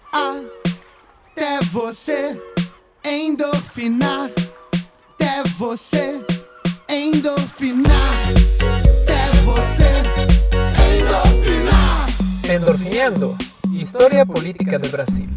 Até você endorfinar, até você endorfinar, até você endorfinar. Endorfineando, historia política de Brasil.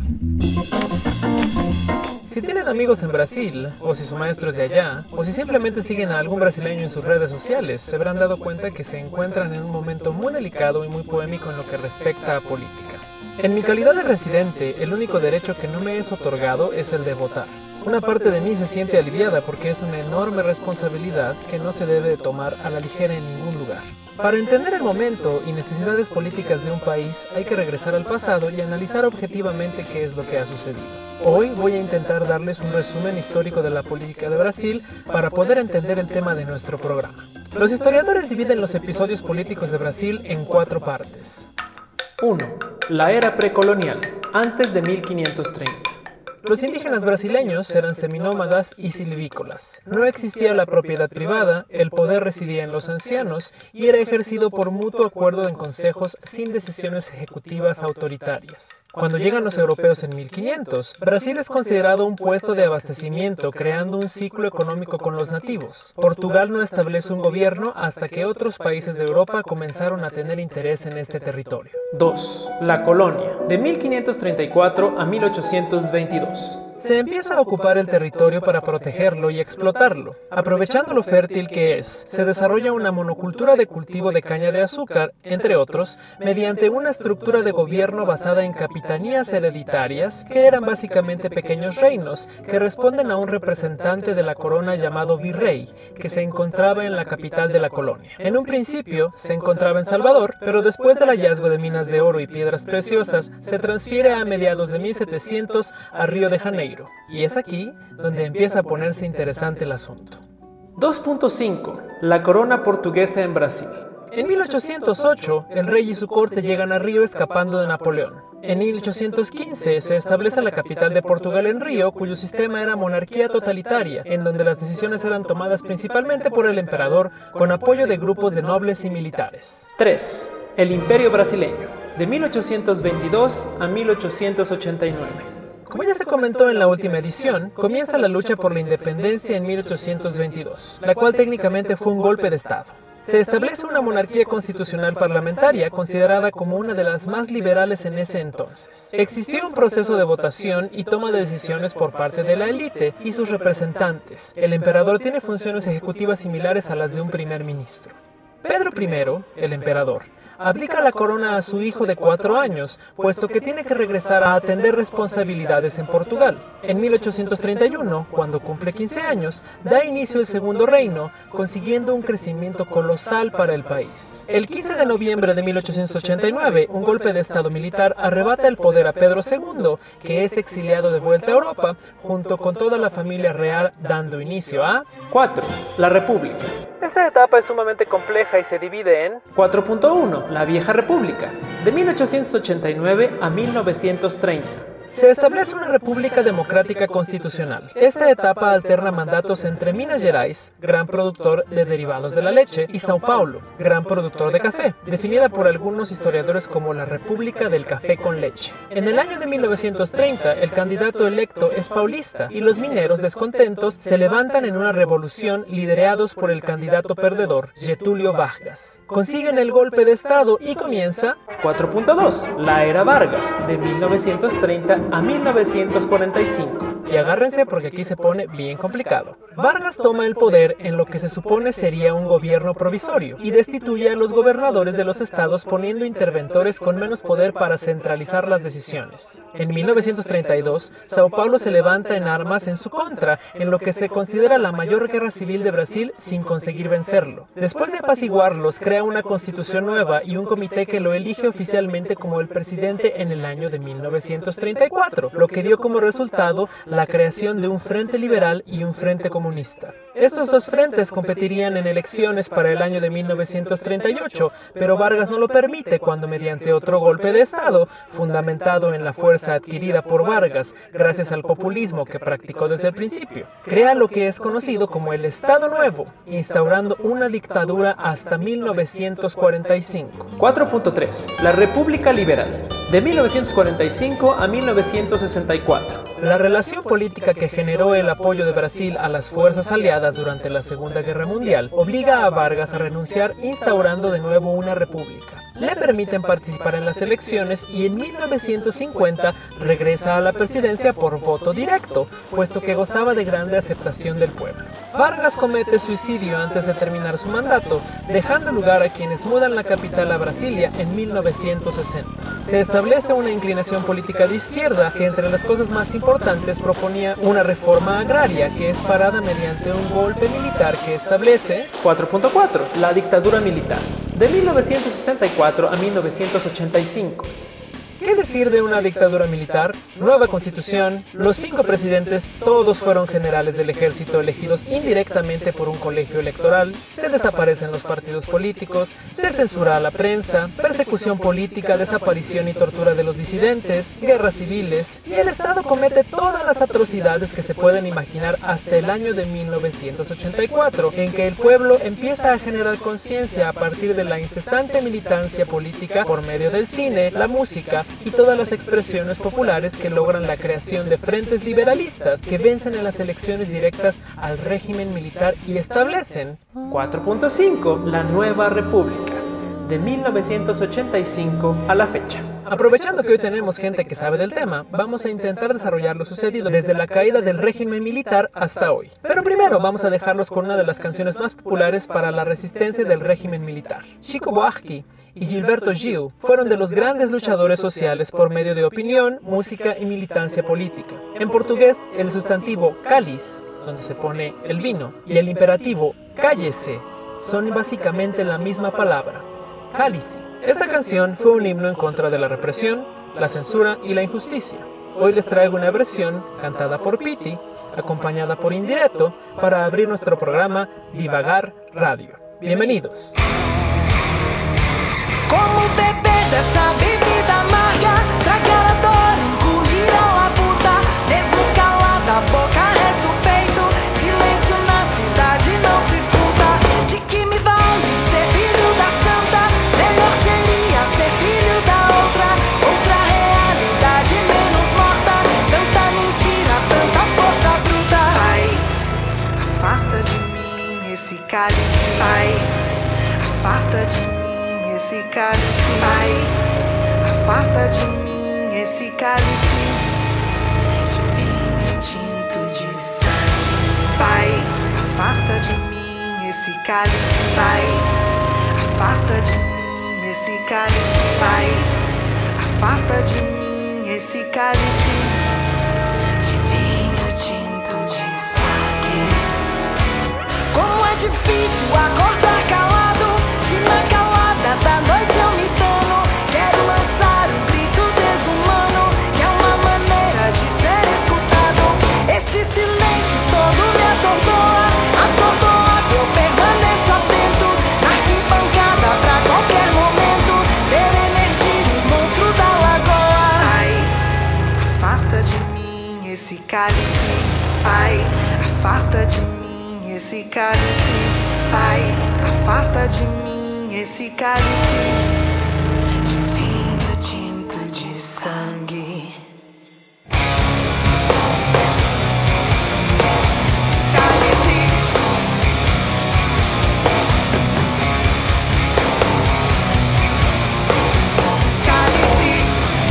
Si tienen amigos en Brasil, o si su maestro es de allá, o si simplemente siguen a algún brasileño en sus redes sociales, se habrán dado cuenta que se encuentran en un momento muy delicado y muy polémico en lo que respecta a política. En mi calidad de residente, el único derecho que no me es otorgado es el de votar. Una parte de mí se siente aliviada porque es una enorme responsabilidad que no se debe tomar a la ligera en ningún lugar. Para entender el momento y necesidades políticas de un país hay que regresar al pasado y analizar objetivamente qué es lo que ha sucedido. Hoy voy a intentar darles un resumen histórico de la política de Brasil para poder entender el tema de nuestro programa. Los historiadores dividen los episodios políticos de Brasil en 4 partes. 1. La era precolonial, antes de 1530. Los indígenas brasileños eran seminómadas y silvícolas. No existía la propiedad privada, el poder residía en los ancianos y era ejercido por mutuo acuerdo en consejos sin decisiones ejecutivas autoritarias. Cuando llegan los europeos en 1500, Brasil es considerado un puesto de abastecimiento, creando un ciclo económico con los nativos. Portugal no establece un gobierno hasta que otros países de Europa comenzaron a tener interés en este territorio. 2. La colonia, de 1534 a 1822. Se empieza a ocupar el territorio para protegerlo y explotarlo. Aprovechando lo fértil que es, se desarrolla una monocultura de cultivo de caña de azúcar, entre otros, mediante una estructura de gobierno basada en capitanías hereditarias, que eran básicamente pequeños reinos, que responden a un representante de la corona llamado virrey, que se encontraba en la capital de la colonia. En un principio, se encontraba en Salvador, pero después del hallazgo de minas de oro y piedras preciosas, se transfiere a mediados de 1700 a Río de Janeiro. Y es aquí donde empieza a ponerse interesante el asunto. 2.5. La corona portuguesa en Brasil. En 1808, el rey y su corte llegan a Río escapando de Napoleón. En 1815 se establece la capital de Portugal en Río, cuyo sistema era monarquía totalitaria, en donde las decisiones eran tomadas principalmente por el emperador, con apoyo de grupos de nobles y militares. 3. El Imperio Brasileño, de 1822 a 1889. Como ya se comentó en la última edición, comienza la lucha por la independencia en 1822, la cual técnicamente fue un golpe de Estado. Se establece una monarquía constitucional parlamentaria considerada como una de las más liberales en ese entonces. Existió un proceso de votación y toma de decisiones por parte de la élite y sus representantes. El emperador tiene funciones ejecutivas similares a las de un primer ministro. Pedro I, el emperador, abdica la corona a su hijo de 4 años, puesto que tiene que regresar a atender responsabilidades en Portugal. En 1831, cuando cumple 15 años, da inicio el Segundo Reino, consiguiendo un crecimiento colosal para el país. El 15 de noviembre de 1889, un golpe de estado militar arrebata el poder a Pedro II, que es exiliado de vuelta a Europa, junto con toda la familia real, dando inicio a 4. La República. Esta etapa es sumamente compleja y se divide en 4.1. La Vieja República, de 1889 a 1930. Se establece una república democrática constitucional. Esta etapa alterna mandatos entre Minas Gerais, gran productor de derivados de la leche, y Sao Paulo, gran productor de café, definida por algunos historiadores como la República del Café con Leche. En el año de 1930, el candidato electo es paulista, y los mineros descontentos se levantan en una revolución liderados por el candidato perdedor, Getúlio Vargas. Consiguen el golpe de estado y comienza 4.2, la era Vargas, de 1930 a 1945. Y agárrense porque aquí se pone bien complicado. Vargas toma el poder en lo que se supone sería un gobierno provisorio y destituye a los gobernadores de los estados poniendo interventores con menos poder para centralizar las decisiones. En 1932, Sao Paulo se levanta en armas en su contra, en lo que se considera la mayor guerra civil de Brasil sin conseguir vencerlo. Después de apaciguarlos, crea una constitución nueva y un comité que lo elige oficialmente como el presidente en el año de 1934, lo que dio como resultado la creación de un frente liberal y un frente comunista. Estos dos frentes competirían en elecciones para el año de 1938, pero Vargas no lo permite cuando mediante otro golpe de Estado, fundamentado en la fuerza adquirida por Vargas gracias al populismo que practicó desde el principio, crea lo que es conocido como el Estado Nuevo, instaurando una dictadura hasta 1945. 4.3. La República Liberal, de 1945 a 1964. La relación política que generó el apoyo de Brasil a las fuerzas aliadas durante la Segunda Guerra Mundial obliga a Vargas a renunciar, instaurando de nuevo una república. Le permiten participar en las elecciones y en 1950 regresa a la presidencia por voto directo, puesto que gozaba de grande aceptación del pueblo. Vargas comete suicidio antes de terminar su mandato, dejando lugar a quienes mudan la capital a Brasilia en 1960. Se establece una inclinación política de izquierda que, entre las cosas más importantes, proponía una reforma agraria que es parada mediante un golpe militar que establece 4.4, la dictadura militar, de 1964 a 1985. ¿Qué decir de una dictadura militar? Nueva constitución, los 5 presidentes, todos fueron generales del ejército elegidos indirectamente por un colegio electoral, se desaparecen los partidos políticos, se censura a la prensa, persecución política, desaparición y tortura de los disidentes, guerras civiles, y el Estado comete todas las atrocidades que se pueden imaginar hasta el año de 1984, en que el pueblo empieza a generar conciencia a partir de la incesante militancia política por medio del cine, la música, y todas las expresiones populares que logran la creación de frentes liberalistas que vencen en las elecciones directas al régimen militar y establecen 4.5, la nueva república, de 1985 a la fecha. Aprovechando que hoy tenemos gente que sabe del tema, vamos a intentar desarrollar lo sucedido desde la caída del régimen militar hasta hoy. Pero primero vamos a dejarlos con una de las canciones más populares para la resistencia del régimen militar. Chico Buarque y Gilberto Gil fueron de los grandes luchadores sociales por medio de opinión, música y militancia política. En portugués, el sustantivo cáliz, donde se pone el vino, y el imperativo cállese son básicamente la misma palabra, cálice. Esta canción fue un himno en contra de la represión, la censura y la injusticia. Hoy les traigo una versión cantada por Pity, acompañada por Indireto, para abrir nuestro programa Divagar Radio. Bienvenidos. Como beber dessa bebida amarga, tragar a dor, engolir a labuta, mesmo calada a boca, resta o peito, silêncio na cidade não se escuta. De que me vale ser filho da santa? Melhor seria ser filho da outra realidade menos morta. Tanta mentira, tanta força bruta. Pai, afasta de mim esse cálice. Pai, afasta de mim esse cálice. Pai, afasta de mim esse cálice de vinho tinto de sangue. Pai, afasta de mim esse cálice. Pai, afasta de mim esse cálice. Pai, afasta de mim esse cálice de vinho tinto de sangue. Como é difícil acordar calado, se na calada da noite eu me dano. Quero lançar um grito desumano, que é uma maneira de ser escutado. Esse silêncio todo me atordoa, atordoado eu permaneço atento na arquibancada pra qualquer momento ver emergir o monstro da lagoa. Pai, afasta de mim esse cálice. Pai, afasta de mim esse cálice. Pai, afasta de mim esse cálice de vinho tinto de sangue. Cálice, cálice,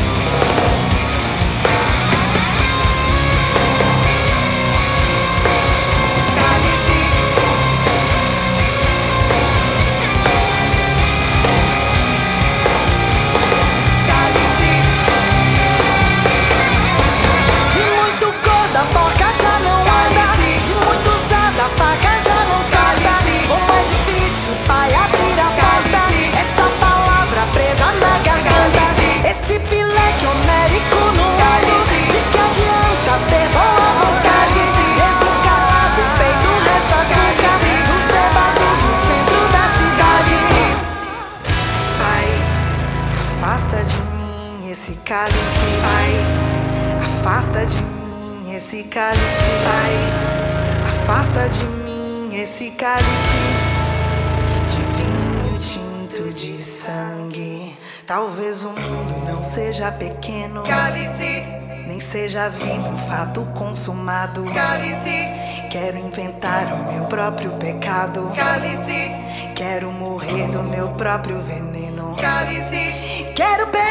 cálice. Cálice, Pai, afasta de mim esse cálice. Pai, afasta de mim esse cálice de vinho tinto de sangue. Talvez o mundo não não seja pequeno. Cale-se, Nem seja a vida um fato consumado. cale-se, Quero inventar o meu próprio pecado. cale-se, Quero morrer do meu próprio veneno. cale-se, Quero perder